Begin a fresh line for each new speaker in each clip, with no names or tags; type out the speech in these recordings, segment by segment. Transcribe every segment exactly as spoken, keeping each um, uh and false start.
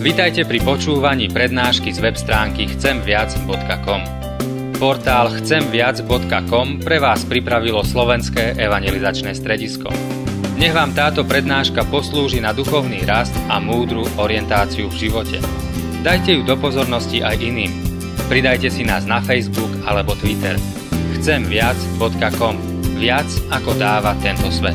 Vitajte pri počúvaní prednášky z web stránky chcem viac bodka com. Portál chcem viac bodka com pre vás pripravilo Slovenské evangelizačné stredisko. Nech vám táto prednáška poslúži na duchovný rast a múdru orientáciu v živote. Dajte ju do pozornosti aj iným. Pridajte si nás na Facebook alebo Twitter. chcem viac bodka com. Viac ako dáva tento svet.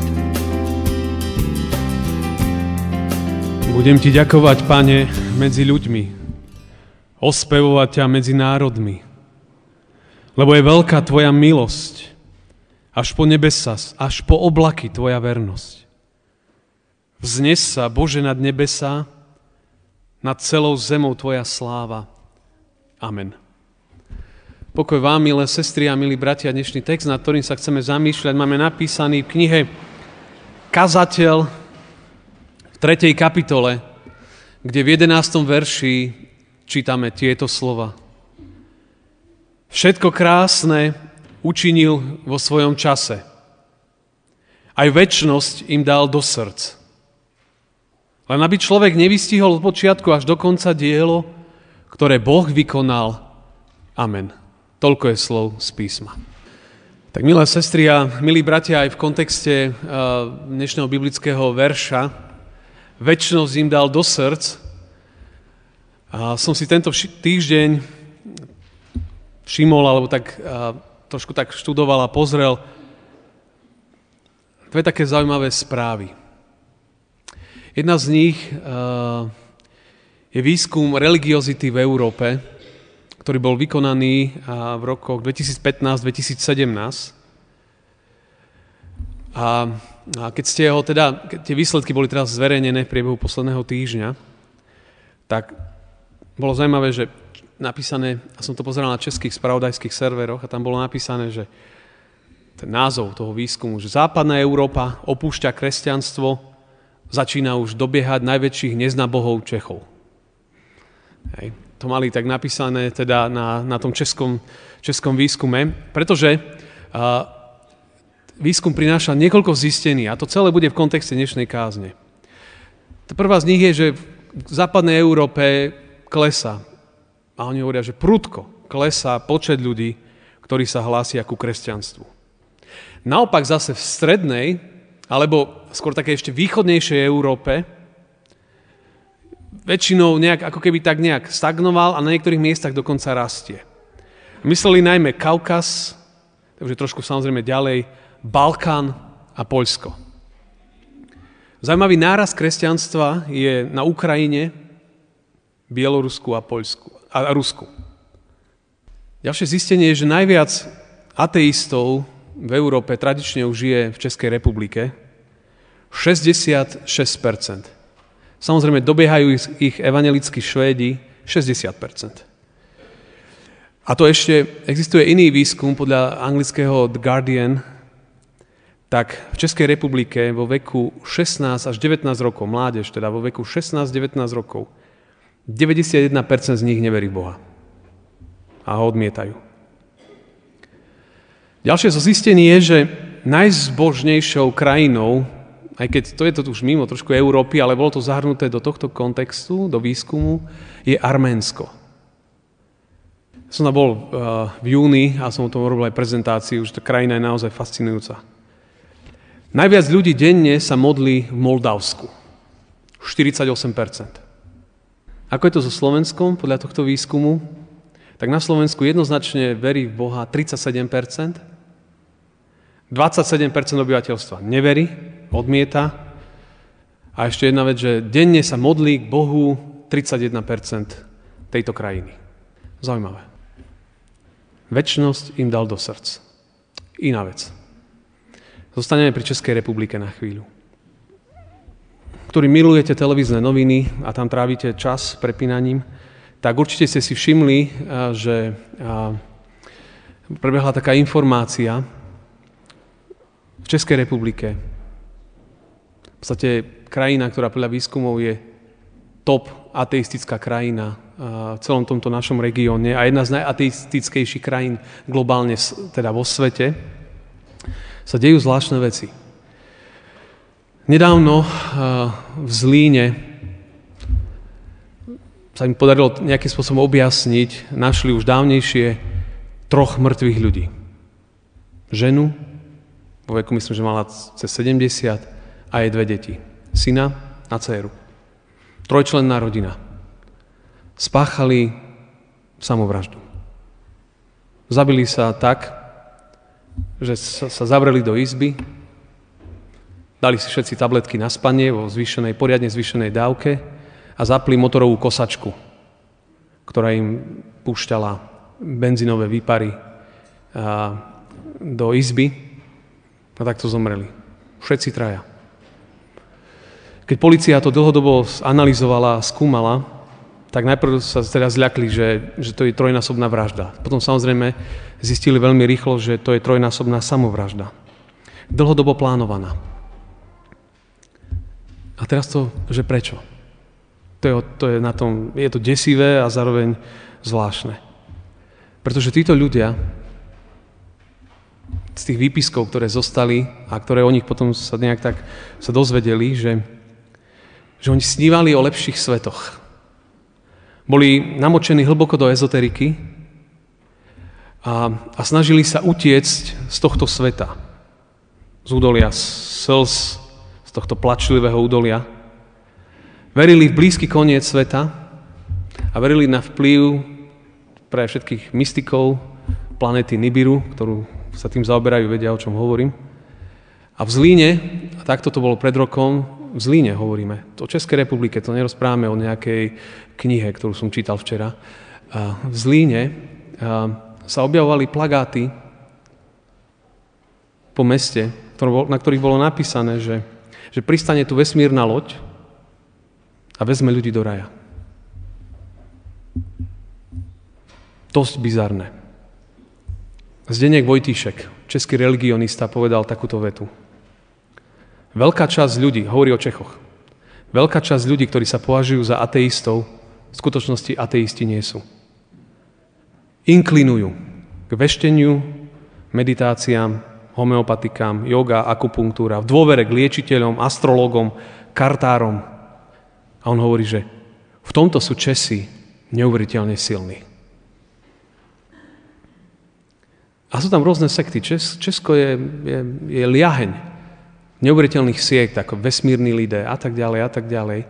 Budem ti ďakovať, Pane, medzi ľuďmi, ospevovať ťa medzi národmi, lebo je veľká tvoja milosť, až po nebesa, až po oblaky tvoja vernosť. Vznes sa, Bože, nad nebesa, nad celou zemou tvoja sláva. Amen. Pokoj vám, milé sestry a milí bratia, dnešný text, nad ktorým sa chceme zamýšľať, máme napísaný v knihe Kazateľ, v tretej kapitole, kde v jedenástom verši čítame tieto slova. Všetko krásne učinil vo svojom čase. Aj večnosť im dal do srdc. Len aby človek nevystihol od počiatku až do konca dielo, ktoré Boh vykonal. Amen. Toľko je slov z písma. Tak milé sestry a milí bratia, aj v kontexte dnešného biblického verša večnosť im dal do srdc. A som si tento týždeň všimol, alebo tak a, trošku tak študoval a pozrel dve také zaujímavé správy. Jedna z nich a, je výskum religiozity v Európe, ktorý bol vykonaný a, v rokoch dvetisícpätnásť dvetisícsedemnásť. A A keď ste ho teda, keď tie výsledky boli teraz zverejnené v priebehu posledného týždňa, tak bolo zaujímavé, že napísané, a som to pozeral na českých spravodajských serveroch, a tam bolo napísané, že ten názov toho výskumu, že západná Európa opúšťa kresťanstvo, začína už dobiehať najväčších neznabohov Čechov. Hej. To mali tak napísané teda na, na tom českom, českom výskume, pretože a, výskum prináša niekoľko zistení a to celé bude v kontexte dnešnej kázne. Tá prvá z nich je, že v západnej Európe klesá. A oni hovoria, že prudko klesá počet ľudí, ktorí sa hlásia ku kresťanstvu. Naopak zase v strednej, alebo skôr také ešte východnejšej Európe, väčšinou nejak, ako keby tak nejak stagnoval a na niektorých miestach dokonca rastie. Mysleli najmä Kaukaz, takže trošku samozrejme ďalej, Balkán a Poľsko. Zajímavý nárast kresťanstva je na Ukrajine, Bielorusku a Poľsku a Rusku. Ďalšie zistenie je, že najviac ateistov v Európe tradične už žije v Českej republike. šesťdesiatšesť percent. Samozrejme dobiehajú ich evanjelickí Švédi šesťdesiat percent. A to ešte existuje iný výskum podľa anglického The Guardian, tak v Českej republike vo veku šestnásť až devätnásť rokov, mládež teda vo veku šestnásť až devätnásť rokov, deväťdesiatjeden percent z nich neverí v Boha a ho odmietajú. Ďalšie zo zistení je, že najzbožnejšou krajinou, aj keď to je to už mimo trošku Európy, ale bolo to zahrnuté do tohto kontextu, do výskumu, je Arménsko. Som tam bol uh, v júni a som o tom robil aj prezentáciu, že tá krajina je naozaj fascinujúca. Najviac ľudí denne sa modlí v Moldavsku. štyridsaťosem percent. Ako je to so Slovenskom podľa tohto výskumu? Tak na Slovensku jednoznačne verí v Boha tridsaťsedem percent. dvadsaťsedem percent obyvateľstva neverí, odmieta. A ešte jedna vec, že denne sa modlí k Bohu tridsaťjeden percent tejto krajiny. Zaujímavé. Večnosť im dal do srdc. Iná vec. Zostaneme pri Českej republike na chvíľu. Ktorí milujete televízne noviny a tam trávite čas prepínaním, tak určite ste si všimli, že prebehla taká informácia v Českej republike. V podstate krajina, ktorá podľa výskumov je top ateistická krajina v celom tomto našom regióne a jedna z najateistickejších krajín globálne, teda vo svete, sa dejú zvláštne veci. Nedávno v Zlíne sa im podarilo nejakým spôsobom objasniť, našli už dávnejšie troch mŕtvych ľudí. Ženu, vo veku myslím, že mala cez sedemdesiat, a jej dve deti. Syna a dcéru. Trojčlenná rodina. Spáchali samovraždu. Zabili sa tak, že sa, sa zavreli do izby, dali si všetci tabletky na spanie vo zvýšenej, poriadne zvýšenej dávke a zapli motorovú kosačku, ktorá im púšťala benzínové výpary a, do izby a takto zomreli. Všetci traja. Keď polícia to dlhodobo analyzovala a skúmala, tak najprv sa teda zľakli, že, že to je trojnásobná vražda. Potom samozrejme zistili veľmi rýchlo, že to je trojnásobná samovražda. Dlhodobo plánovaná. A teraz to, že prečo? To je, to je, na tom, je to desivé a zároveň zvláštne. Pretože títo ľudia z tých výpiskov, ktoré zostali a ktoré o nich potom sa nejak tak sa dozvedeli, že, že oni snívali o lepších svetoch. Boli namočení hlboko do ezoteriky a, a snažili sa utiecť z tohto sveta. Z údolia slz, z tohto plačlivého údolia. Verili v blízky koniec sveta a verili na vplyv pre všetkých mystikov planéty Nibiru, ktorú sa tým zaoberajú, vedia, o čom hovorím. A v Zlíne, a takto to bolo pred rokom, v Zlíne hovoríme, o Českej republike, to nerozprávame o nejakej knihe, ktorú som čítal včera. A v Zlíne sa objavovali plagáty po meste, na ktorých bolo napísané, že, že pristane tu vesmírna loď a vezme ľudí do raja. Dosť bizarné. Zdeněk Vojtíšek, český religionista, povedal takúto vetu. Veľká časť ľudí, hovorí o Čechoch, veľká časť ľudí, ktorí sa považujú za ateistov, v skutočnosti ateisti nie sú. Inklinujú k vešteniu, meditáciám, homeopatikám, yoga, akupunktúra, v dôvere k liečiteľom, astrologom, kartárom. A on hovorí, že v tomto sú Česi neuveriteľne silní. A sú tam rôzne sekty. Čes, Česko je, je, je liaheň neuveriteľných siekt, ako vesmírny lidé a tak ďalej a tak ďalej.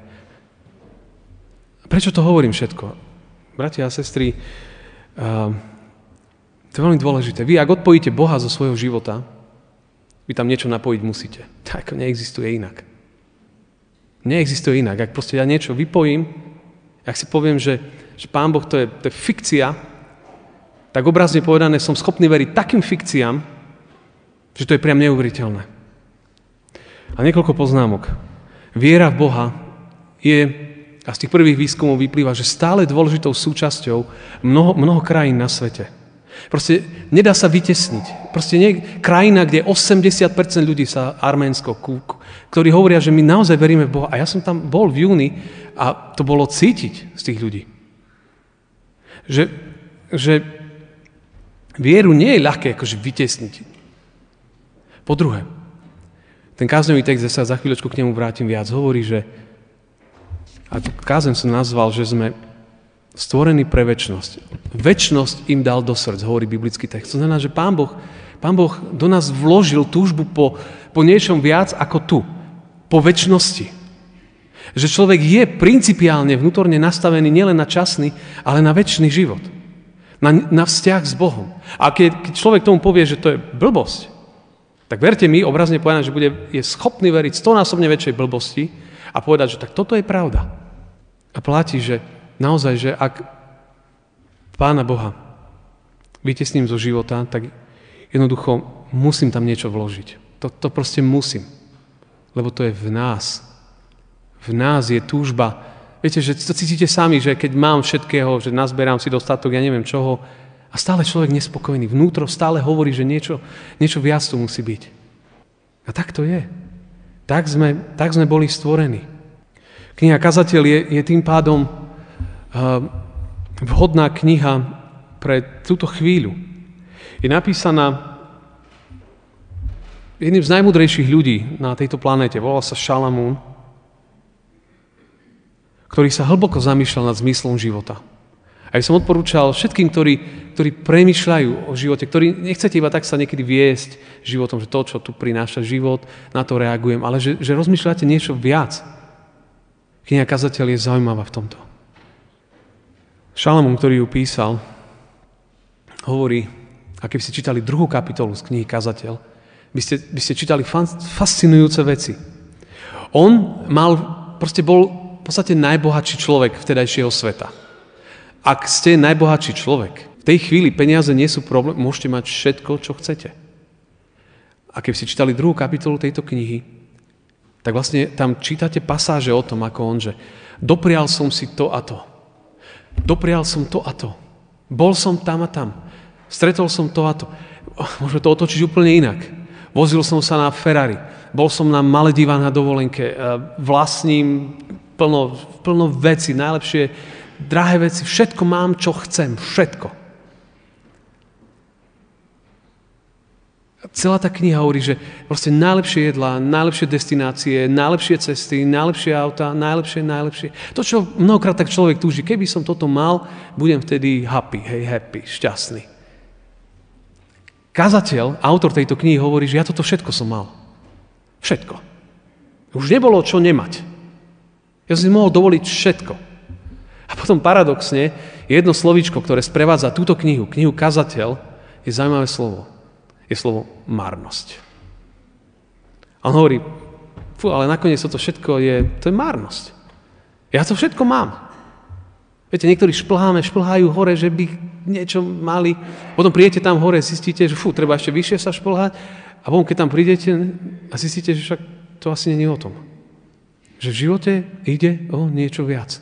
Prečo to hovorím všetko? Bratia a sestry, uh, to je veľmi dôležité. Vy, ak odpojíte Boha zo svojho života, vy tam niečo napojiť musíte. Tak neexistuje inak. Neexistuje inak. Ak proste ja niečo vypojím, ak si poviem, že, že Pán Boh to je, to je fikcia, tak obrazne povedané som schopný veriť takým fikciám, že to je priam neuveriteľné. A niekoľko poznámok. Viera v Boha je, a z tých prvých výskumov vyplýva, že stále dôležitou súčasťou mnoho, mnoho krajín na svete. Proste nedá sa vytesniť. Proste nie, krajina, kde osemdesiat percent ľudí sa Arménsko, ktorí hovoria, že my naozaj veríme v Boha. A ja som tam bol v júni a to bolo cítiť z tých ľudí. Že, že vieru nie je ľahké akože vytesniť. Po druhé, ten kázňový text, sa za chvíľočku k nemu vrátim viac, hovorí, že a tu kázeň som nazval, že sme stvorení pre večnosť. Večnosť im dal do srdc, hovorí biblický text. To znamená, že Pán Boh, Pán Boh do nás vložil túžbu po, po niečom viac ako tu. Po večnosti. Že človek je principiálne vnútorne nastavený nielen na časný, ale na večný život. Na, na vzťah s Bohom. A keď, keď človek tomu povie, že to je blbosť, tak verte mi, obrazne povedané, že bude, je schopný veriť stonásobne väčšej blbosti a povedať, že tak toto je pravda. A platí, že naozaj, že ak Pána Boha vytesním zo života, tak jednoducho musím tam niečo vložiť. To, to proste musím. Lebo to je v nás. V nás je túžba. Viete, že to cítite sami, že keď mám všetkého, že nazberám si dostatok, ja neviem čoho, a stále človek nespokojný. Vnútro stále hovorí, že niečo, niečo viac tu musí byť. A tak to je. Tak sme, tak sme boli stvorení. Kniha Kazateľ je, je tým pádom uh, vhodná kniha pre túto chvíľu. Je napísaná jedným z najmudrejších ľudí na tejto planéte. Volá sa Šalamún, ktorý sa hlboko zamýšľal nad zmyslom života. A ja som odporúčal všetkým, ktorí, ktorí premýšľajú o živote, ktorí nechcete iba tak sa niekedy viesť životom, že to, čo tu prináša život, na to reagujem, ale že, že rozmýšľate niečo viac. Kniha Kazateľ je zaujímavá v tomto. Šalamún, ktorý ju písal, hovorí, a keby ste čítali druhú kapitolu z knihy Kazateľ, by ste, by ste čítali fascinujúce veci. On mal, proste bol v podstate najbohatší človek vtedajšieho sveta. Ak ste najbohatší človek, v tej chvíli peniaze nie sú problém, môžete mať všetko, čo chcete. A keby ste čítali druhú kapitolu tejto knihy, tak vlastne tam čítate pasáže o tom, ako on, že doprial som si to a to. Doprial som to a to. Bol som tam a tam. Stretol som to a to. Môžeme to otočiť úplne inak. Vozil som sa na Ferrari. Bol som na Maledivách na dovolenke. Vlastním plno, plno veci, najlepšie drahé veci, všetko mám, čo chcem, všetko. A celá tá kniha hovorí, že proste najlepšie jedlá, najlepšie destinácie, najlepšie cesty, najlepšie auta, najlepšie, najlepšie. To, čo mnohokrát tak človek túži, keby som toto mal, budem vtedy happy, hej, happy, šťastný. Kazateľ, autor tejto knihy hovorí, že ja toto všetko som mal. Všetko. Už nebolo čo nemať. Ja som si mohol dovoliť všetko. A potom paradoxne, jedno slovíčko, ktoré sprevádza túto knihu, knihu Kazateľ, je zaujímavé slovo. Je slovo marnosť. A on hovorí, fú, ale nakoniec toto všetko je, to je marnosť. Ja to všetko mám. Viete, niektorí šplháme, šplhajú hore, že by niečo mali. Potom prídete tam hore, zistíte, že fú, treba ešte vyššie sa šplhať. A potom, keď tam prídete a zistíte, že však to asi nie je o tom. Že v živote ide o niečo viac.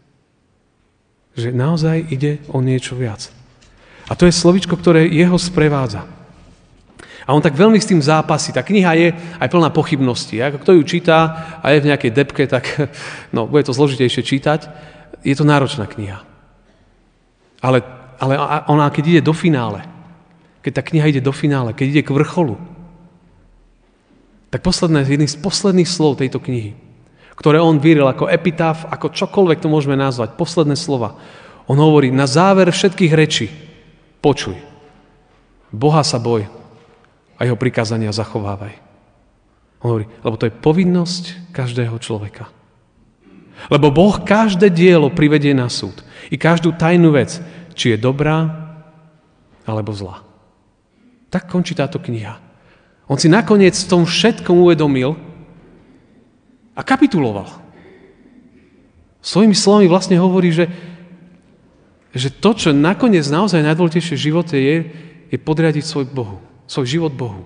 Že naozaj ide o niečo viac. A to je slovíčko, ktoré jeho sprevádza. A on tak veľmi s tým zápasí. Tá kniha je aj plná pochybností. Ako kto ju číta a je v nejakej depke, tak no, bude to zložitejšie čítať. Je to náročná kniha. Ale, ale ona, keď ide do finále, keď tá kniha ide do finále, keď ide k vrcholu, tak posledné, jedný z posledných slov tejto knihy, ktoré on vyril ako epitaf, ako čokoľvek to môžeme nazvať, posledné slova. On hovorí, na záver všetkých rečí, počuj, Boha sa boj a jeho prikázania zachovávaj. On hovorí, lebo to je povinnosť každého človeka. Lebo Boh každé dielo privedie na súd. I každú tajnú vec, či je dobrá, alebo zlá. Tak končí táto kniha. On si nakoniec v tom všetkom uvedomil, a kapituloval. Svojimi slovami vlastne hovorí, že, že to, čo nakoniec naozaj najdôležitejšie v živote je, je podriadiť svoj Bohu, svoj život Bohu.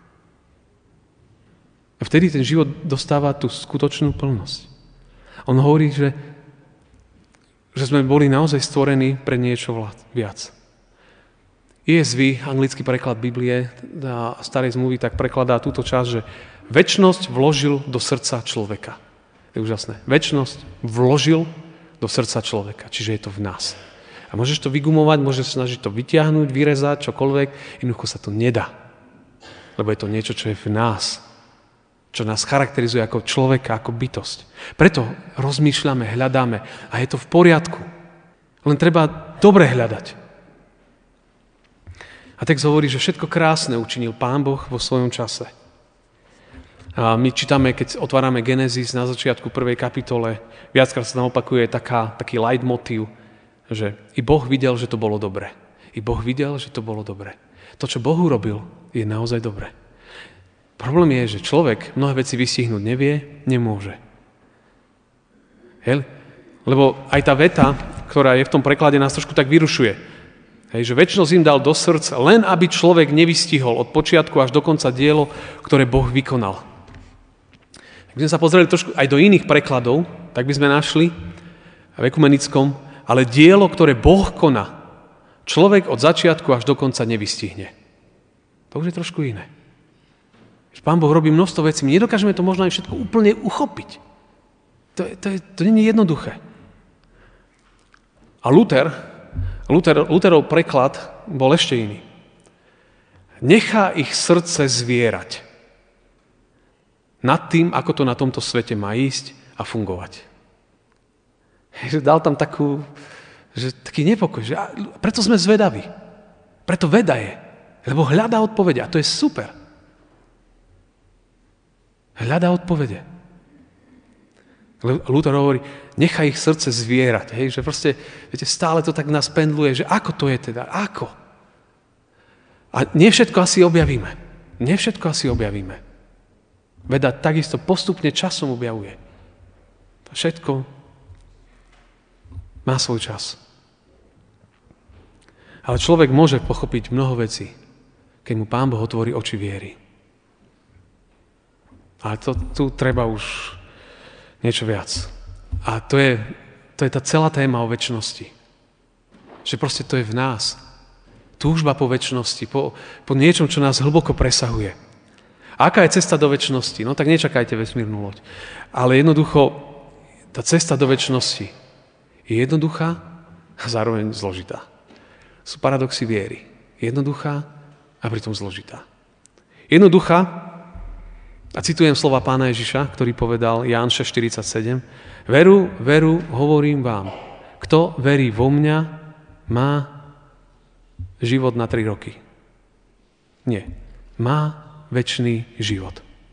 A vtedy ten život dostáva tú skutočnú plnosť. On hovorí, že, že sme boli naozaj stvorení pre niečo viac. é es vé, anglický preklad Biblie a starej zmluvy, tak prekladá túto časť, že večnosť vložil do srdca človeka. Je úžasné. Večnosť vložil do srdca človeka. Čiže je to v nás. A môžeš to vygumovať, môžeš snažiť to vytiahnuť, vyrezať, čokoľvek. Jednoducho sa to nedá. Lebo je to niečo, čo je v nás. Čo nás charakterizuje ako človeka, ako bytosť. Preto rozmýšľame, hľadáme. A je to v poriadku. Len treba dobre hľadať. A text hovorí, že všetko krásne učinil Pán Boh vo svojom čase. A my čítame, keď otvárame Genesis na začiatku prvej kapitole, viackrát sa tam opakuje taká, taký leitmotív, že i Boh videl, že to bolo dobre. I Boh videl, že to bolo dobre. To, čo Boh urobil, je naozaj dobre. Problém je, že človek mnohé veci vystihnúť nevie, nemôže. Hej? Lebo aj tá veta, ktorá je v tom preklade, nás trošku tak vyrušuje. Hej, že večnosť im dal do srdc, len aby človek nevystihol od počiatku až do konca dielo, ktoré Boh vykonal. Ak by sme sa pozreli trošku aj do iných prekladov, tak by sme našli v ekumenickom, ale dielo, ktoré Boh koná, človek od začiatku až do konca nevystihne. To už je trošku iné. Pán Boh robí množstvo vecí, my nedokážeme to možno aj všetko úplne uchopiť. To, to, je, to nie je jednoduché. A Luther, Luther, Lutherov preklad bol ešte iný. Nechá ich srdce zvierať nad tým, ako to na tomto svete má ísť a fungovať. Že dal tam takú, že taký nepokoj. Že, a preto sme zvedaví. Preto veda je. Lebo hľadá odpovede. A to je super. Hľadá odpovede. Luther hovorí, nechaj ich srdce zvierať. Hej? Že proste, viete, stále to tak nás pendluje, že ako to je teda, ako? A nie všetko asi objavíme. Nie všetko asi objavíme. Veda takisto postupne časom objavuje. Všetko má svoj čas. Ale človek môže pochopiť mnoho vecí, keď mu Pán Boh otvorí oči viery. Ale to, tu treba už niečo viac. A to je, to je tá celá téma o večnosti. Že proste to je v nás. Túžba po večnosti, po, po niečom, čo nás hlboko presahuje. A aká je cesta do večnosti? No tak nečakajte vesmírnu loď. Ale jednoducho, tá cesta do večnosti je jednoduchá a zároveň zložitá. Sú paradoxy viery. Jednoduchá a pritom zložitá. Jednoduchá, a citujem slova Pána Ježiša, ktorý povedal Ján šesť štyridsaťsedem, veru, veru, hovorím vám, kto verí vo mňa, má život na tri roky. Nie. Má večný život.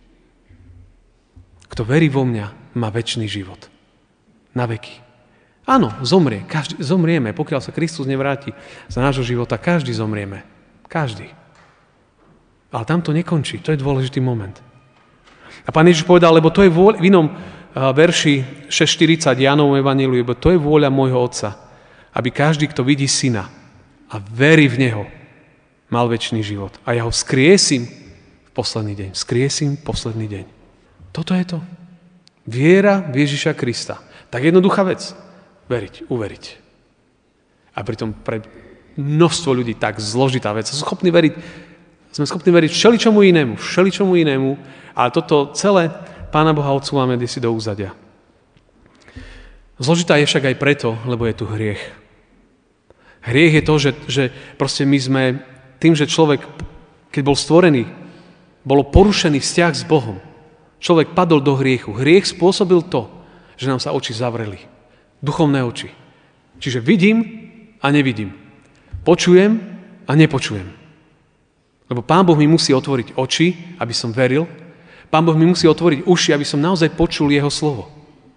Kto verí vo mňa, má večný život. Na veky. Áno, zomrie. Každý, zomrieme. Pokiaľ sa Kristus nevráti za nášho života, každý zomrieme. Každý. Ale tam to nekončí. To je dôležitý moment. A Pán Ježiš povedal, lebo to je vôľa, v inom verši šesť štyridsať Jánovom evanjeliu, lebo to je vôľa môjho Otca, aby každý, kto vidí Syna a verí v Neho, mal večný život. A ja ho vzkriesím v posledný deň. Vzkriesím v posledný deň. Toto je to. Viera v Ježiša Krista. Tak jednoduchá vec. Veriť, uveriť. A pritom pre množstvo ľudí tak zložitá vec. Sú schopní veriť, sme schopní veriť všeličomu inému, všeličomu inému, ale toto celé Pána Boha odsúvame si do úzadia. Zložitá je však aj preto, lebo je tu hriech. Hriech je to, že, že proste my sme tým, že človek, keď bol stvorený, bolo porušený vzťah s Bohom. Človek padol do hriechu. Hriech spôsobil to, že nám sa oči zavreli. Duchovné oči. Čiže vidím a nevidím. Počujem a nepočujem. Lebo Pán Boh mi musí otvoriť oči, aby som veril. Pán Boh mi musí otvoriť uši, aby som naozaj počul jeho slovo.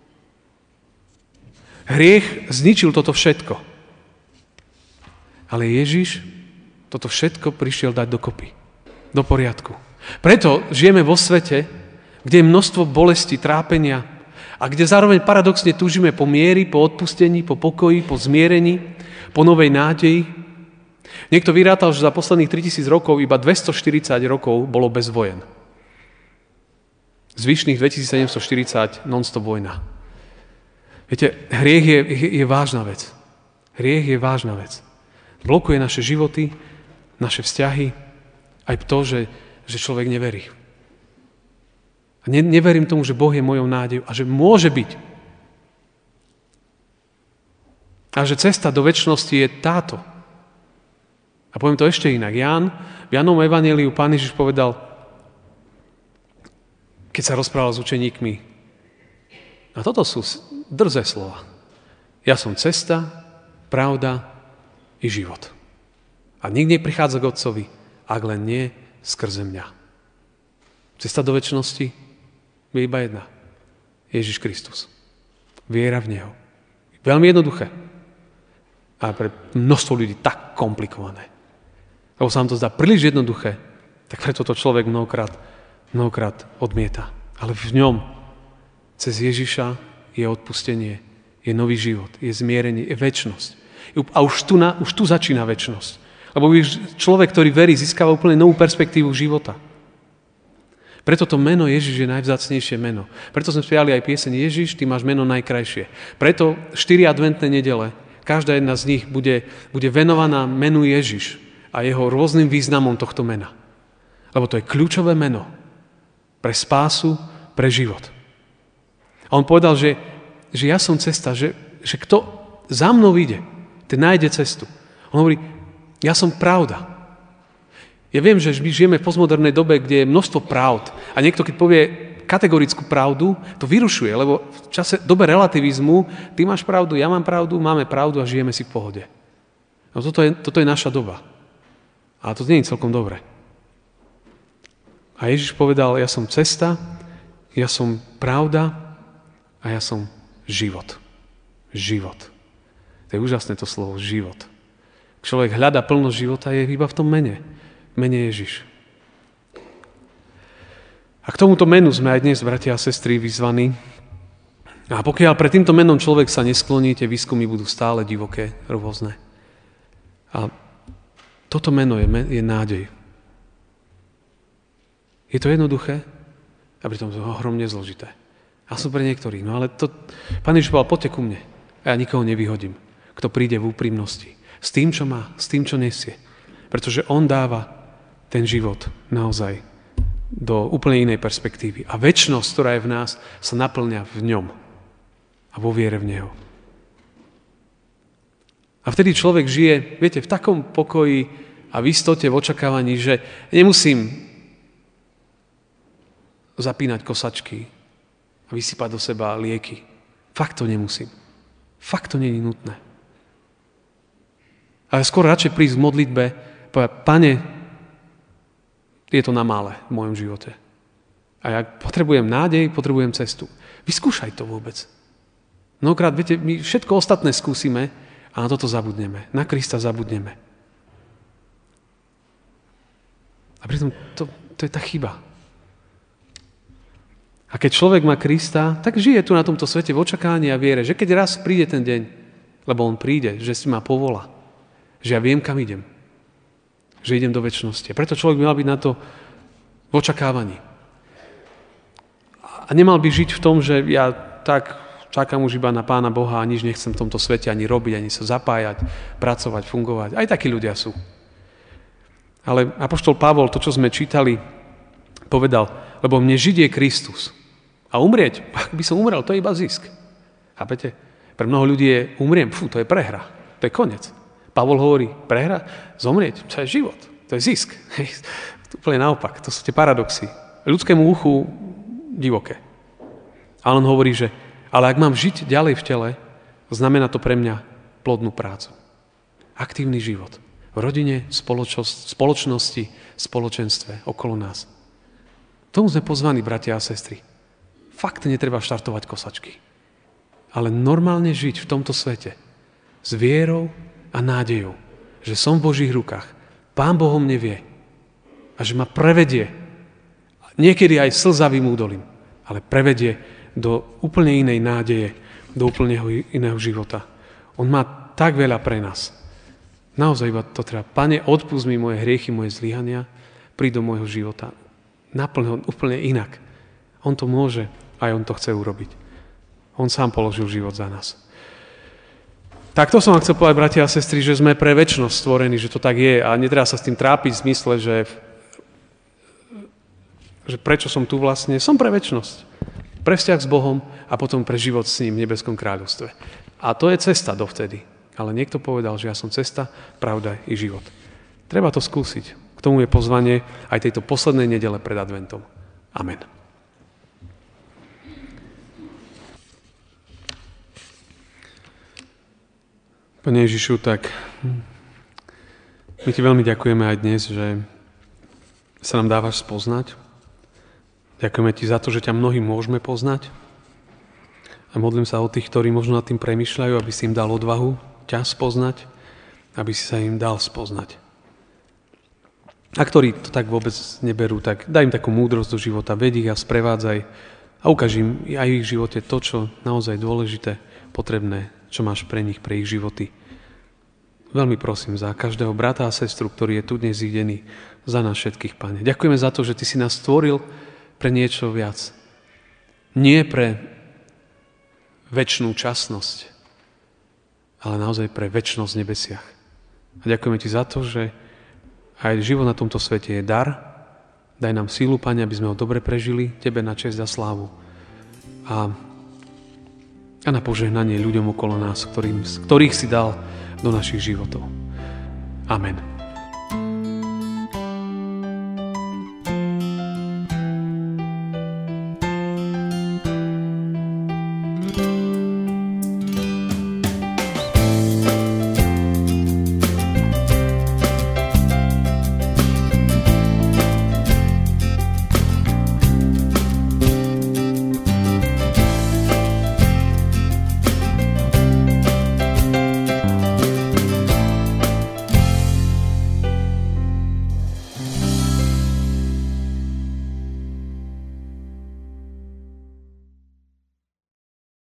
Hriech zničil toto všetko. Ale Ježiš toto všetko prišiel dať dokopy. Do poriadku. Preto žijeme vo svete, kde je množstvo bolesti, trápenia a kde zároveň paradoxne túžime po miery, po odpustení, po pokoji, po zmierení, po novej nádeji. Niekto vyrátal, že za posledných tritisíc rokov iba dvestoštyridsať rokov bolo bez vojen. Zvyšných dvetisícsedemstoštyridsať non-stop vojna. Viete, hriech je, je, je vážna vec. Hriech je vážna vec. Blokuje naše životy, naše vzťahy, aj to, že, že človek neverí. A ne, neverím tomu, že Boh je mojou nádejou a že môže byť. A že cesta do večnosti je táto. A poviem to ešte inak. Ján, v Jánovom evanjeliu Pán Ježiš povedal, keď sa rozprával s učeníkmi, a toto sú drzé slova. Ja som cesta, pravda i život. A nikto neprichádza k Otcovi, ak len nie skrze mňa. Cesta do večnosti je iba jedna. Ježiš Kristus. Viera v Neho. Veľmi jednoduché. A pre množstvo ľudí tak komplikované. Lebo sa vám to zdá príliš jednoduché, tak preto to človek mnohokrát, mnohokrát odmieta. Ale v ňom, cez Ježiša, je odpustenie, je nový život, je zmierenie, je večnosť. A už tu, na, už tu začína večnosť. Lebo človek, ktorý verí, získava úplne novú perspektívu života. Preto to meno Ježiš je najvzácnejšie meno. Preto sme spievali aj pieseň Ježiš, ty máš meno najkrajšie. Preto štyri adventné nedele, každá jedna z nich bude, bude venovaná menu Ježiš a jeho rôznym významom tohto mena. Lebo to je kľúčové meno pre spásu, pre život. A on povedal, že, že ja som cesta, že, že kto za mnou ide, ten nájde cestu. On hovorí, ja som pravda. Ja viem, že my žijeme v postmodernej dobe, kde je množstvo pravd. A niekto, keď povie kategorickú pravdu, to vyrušuje, lebo v čase, dobe relativizmu, ty máš pravdu, ja mám pravdu, máme pravdu a žijeme si v pohode. No toto je, toto je naša doba. A to nie je celkom dobre. A Ježiš povedal, ja som cesta, ja som pravda a ja som život. Život. To je úžasné to slovo, život. Človek hľadá plnosť života, je iba v tom mene. Mene Ježiš. A k tomuto menu sme aj dnes, bratia a sestry, vyzvaní. A pokiaľ pred týmto menom človek sa neskloní, tie výskumy budú stále divoké, rôzne. A toto meno je, je nádej. Je to jednoduché a pritom to ohromne zložité. A sú pre niektorých. No ale to, Pán Ježiš povedal, poďte ku mne. A ja nikoho nevyhodím, kto príde v úprimnosti. S tým, čo má, s tým, čo nesie. Pretože on dáva ten život naozaj do úplne inej perspektívy. A večnosť, ktorá je v nás, sa naplňa v ňom a vo viere v neho. A vtedy človek žije, viete, v takom pokoji a v istote, v očakávaní, že nemusím zapínať kosačky a vysypať do seba lieky. Fakt to nemusím. Fakt to nie je nutné. Ale skôr radšej prísť v modlitbe, povedať, Pane, je to na mále v mojom živote. A ja potrebujem nádej, potrebujem cestu. Vyskúšaj to vôbec. Mnohokrát, viete, my všetko ostatné skúsime a na toto zabudneme. Na Krista zabudneme. A pritom to, to je tá chyba. A keď človek má Krista, tak žije tu na tomto svete v očakávaní a viere, že keď raz príde ten deň, lebo on príde, že si ma povolá, že ja viem, kam idem. Že idem do večnosti. Preto človek by mal byť na to v očakávaní. A nemal by žiť v tom, že ja tak čakám už iba na Pána Boha a nič nechcem v tomto svete ani robiť, ani sa zapájať, pracovať, fungovať. Aj takí ľudia sú. Ale apoštol Pavol, to, čo sme čítali, povedal, lebo mne žiť je Kristus. A umrieť, ak by som umrel, to je iba zisk. Chápete? Pre mnoho ľudí je umriem, fú, to je prehra. To je koniec. Pavol hovorí, prehra, zomrieť, to je život, to je zisk. To úplne naopak, to sú tie paradoxy. Ľudskému uchu divoké. A on hovorí, že ale ak mám žiť ďalej v tele, znamená to pre mňa plodnú prácu. Aktívny život. V rodine, spoločnosti, spoločenstve okolo nás. Tomu sme pozvaní, bratia a sestry. Fakt netreba štartovať kosačky. Ale normálne žiť v tomto svete. S vierou a nádejou, že som v Božích rukách. Pán Boh o mne vie. A že ma prevedie. Niekedy aj slzavým údolím. Ale prevedie do úplne inej nádeje. Do úplne iného života. On má tak veľa pre nás. Naozaj iba to treba. Pane, odpusť mi moje hriechy, moje zlyhania. Príď do môjho života. Naplň ho úplne inak. On to môže a aj on to chce urobiť. On sám položil život za nás. Tak to som vám chcel povedať, bratia a sestry, že sme pre večnosť stvorení, že to tak je a netreba sa s tým trápiť v zmysle, že, že prečo som tu vlastne. Som pre večnosť. Pre vzťah s Bohom a potom pre život s ním v nebeskom kráľovstve. A to je cesta dovtedy. Ale niekto povedal, že ja som cesta, pravda i život. Treba to skúsiť. K tomu je pozvanie aj tejto poslednej nedele pred adventom. Amen. Pane Ježišu, tak my ti veľmi ďakujeme aj dnes, že sa nám dávaš spoznať. Ďakujeme ti za to, že ťa mnohí môžeme poznať. A modlím sa o tých, ktorí možno nad tým premýšľajú, aby si im dal odvahu ťa spoznať, aby si sa im dal spoznať. A ktorí to tak vôbec neberú, tak daj im takú múdrosť do života, ved ich a sprevádzaj a ukáž im aj v ich živote to, čo naozaj dôležité, potrebné, čo máš pre nich, pre ich životy. Veľmi prosím za každého brata a sestru, ktorý je tu dnes videný, za nás všetkých, Pane. Ďakujeme za to, že Ty si nás stvoril pre niečo viac. Nie pre večnú časnosť, ale naozaj pre večnosť v nebesiach. A ďakujeme Ti za to, že aj život na tomto svete je dar. Daj nám sílu, Pane, aby sme ho dobre prežili, Tebe na česť a slávu. A a na požehnanie ľuďom okolo nás, ktorým, ktorých si dal do našich životov. Amen.